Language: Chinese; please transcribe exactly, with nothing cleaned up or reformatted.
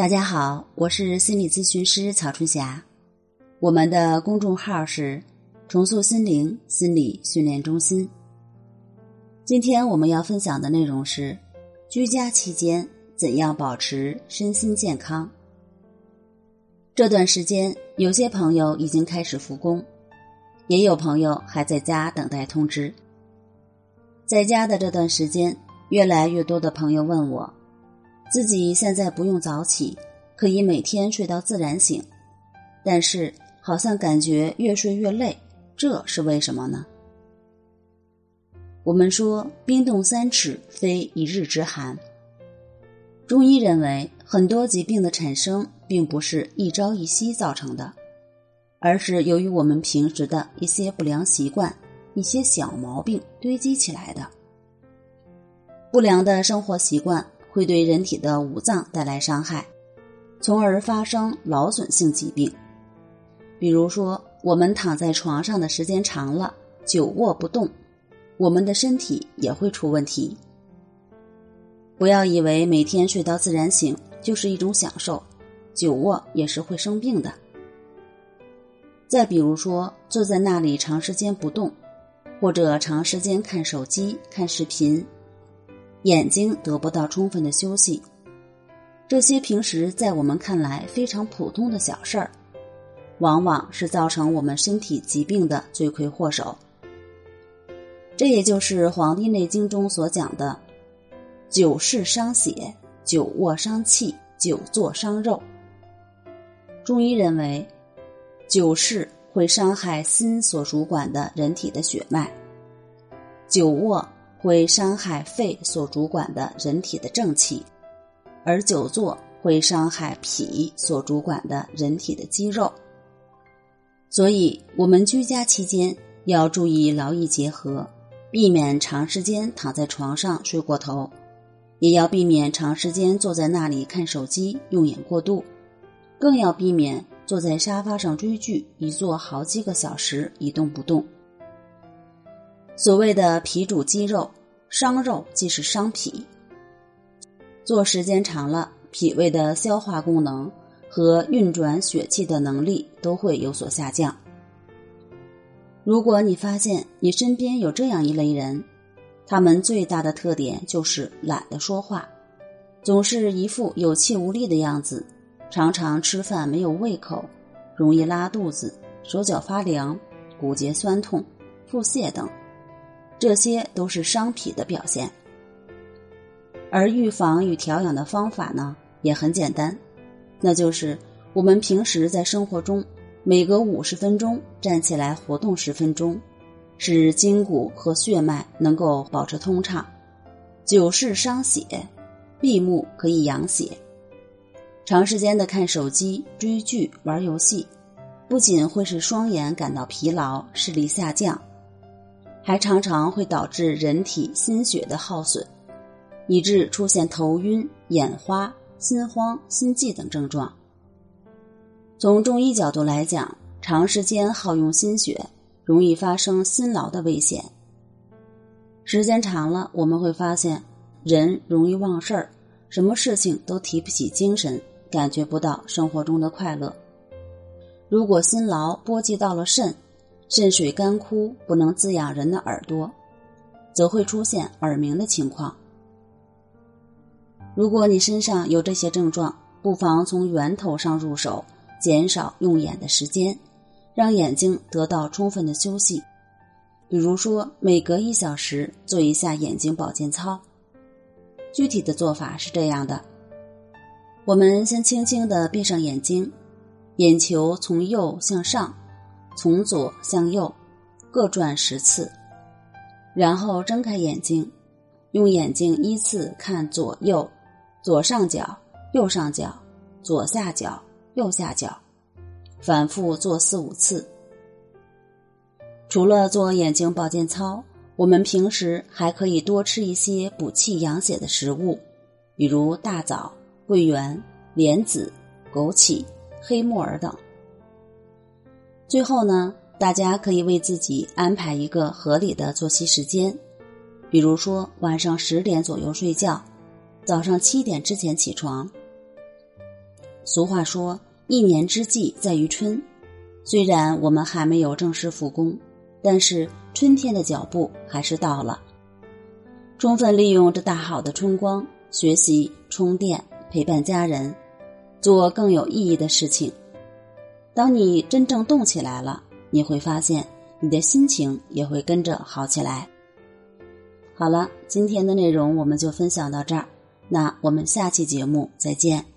大家好，我是心理咨询师曹春霞，我们的公众号是重塑心灵心理训练中心。今天我们要分享的内容是居家期间怎样保持身心健康。这段时间有些朋友已经开始复工，也有朋友还在家等待通知。在家的这段时间，越来越多的朋友问我，自己现在不用早起，可以每天睡到自然醒，但是好像感觉越睡越累，这是为什么呢？我们说冰冻三尺非一日之寒。中医认为很多疾病的产生并不是一朝一夕造成的，而是由于我们平时的一些不良习惯、一些小毛病堆积起来的。不良的生活习惯会对人体的五脏带来伤害，从而发生劳损性疾病。比如说，我们躺在床上的时间长了，久卧不动，我们的身体也会出问题。不要以为每天睡到自然醒就是一种享受，久卧也是会生病的。再比如说，坐在那里长时间不动，或者长时间看手机、看视频，眼睛得不到充分的休息，这些平时在我们看来非常普通的小事儿，往往是造成我们身体疾病的罪魁祸首。这也就是《黄帝内经》中所讲的久视伤血，久卧伤气，久坐伤肉。中医认为，久视会伤害心所主管的人体的血脉，久卧会伤害肺所主管的人体的正气，而久坐会伤害脾所主管的人体的肌肉。所以我们居家期间要注意劳逸结合，避免长时间躺在床上睡过头，也要避免长时间坐在那里看手机用眼过度，更要避免坐在沙发上追剧，一坐好几个小时一动不动。所谓的脾主肌肉，伤肉即是伤脾。坐时间长了，脾胃的消化功能和运转血气的能力都会有所下降。如果你发现你身边有这样一类人，他们最大的特点就是懒得说话，总是一副有气无力的样子，常常吃饭没有胃口，容易拉肚子，手脚发凉，骨节酸痛，腹泻等，这些都是伤脾的表现。而预防与调养的方法呢，也很简单，那就是我们平时在生活中每隔五十分钟站起来活动十分钟，使筋骨和血脉能够保持通畅。久视伤血，闭目可以养血。长时间的看手机、追剧、玩游戏，不仅会使双眼感到疲劳、视力下降，还常常会导致人体心血的耗损，以致出现头晕、眼花、心慌、心悸等症状。从中医角度来讲，长时间耗用心血，容易发生心劳的危险。时间长了，我们会发现人容易忘事儿，什么事情都提不起精神，感觉不到生活中的快乐。如果心劳波及到了肾，肾水干枯，不能滋养人的耳朵，则会出现耳鸣的情况。如果你身上有这些症状，不妨从源头上入手，减少用眼的时间，让眼睛得到充分的休息。比如说，每隔一小时做一下眼睛保健操。具体的做法是这样的，我们先轻轻地闭上眼睛，眼球从右向上，从左向右，各转十次，然后睁开眼睛，用眼睛依次看左右，左上角、右上角、左下角、右下角，反复做四五次。除了做眼睛保健操，我们平时还可以多吃一些补气养血的食物，比如大枣、桂圆、莲子、枸杞、黑木耳等。最后呢，大家可以为自己安排一个合理的作息时间，比如说晚上十点左右睡觉，早上七点之前起床。 俗话说，一年之计在于春。虽然我们还没有正式复工，但是春天的脚步还是到了。充分利用这大好的春光，学习、充电、陪伴家人，做更有意义的事情。当你真正动起来了，你会发现你的心情也会跟着好起来。好了，今天的内容我们就分享到这儿，那我们下期节目再见。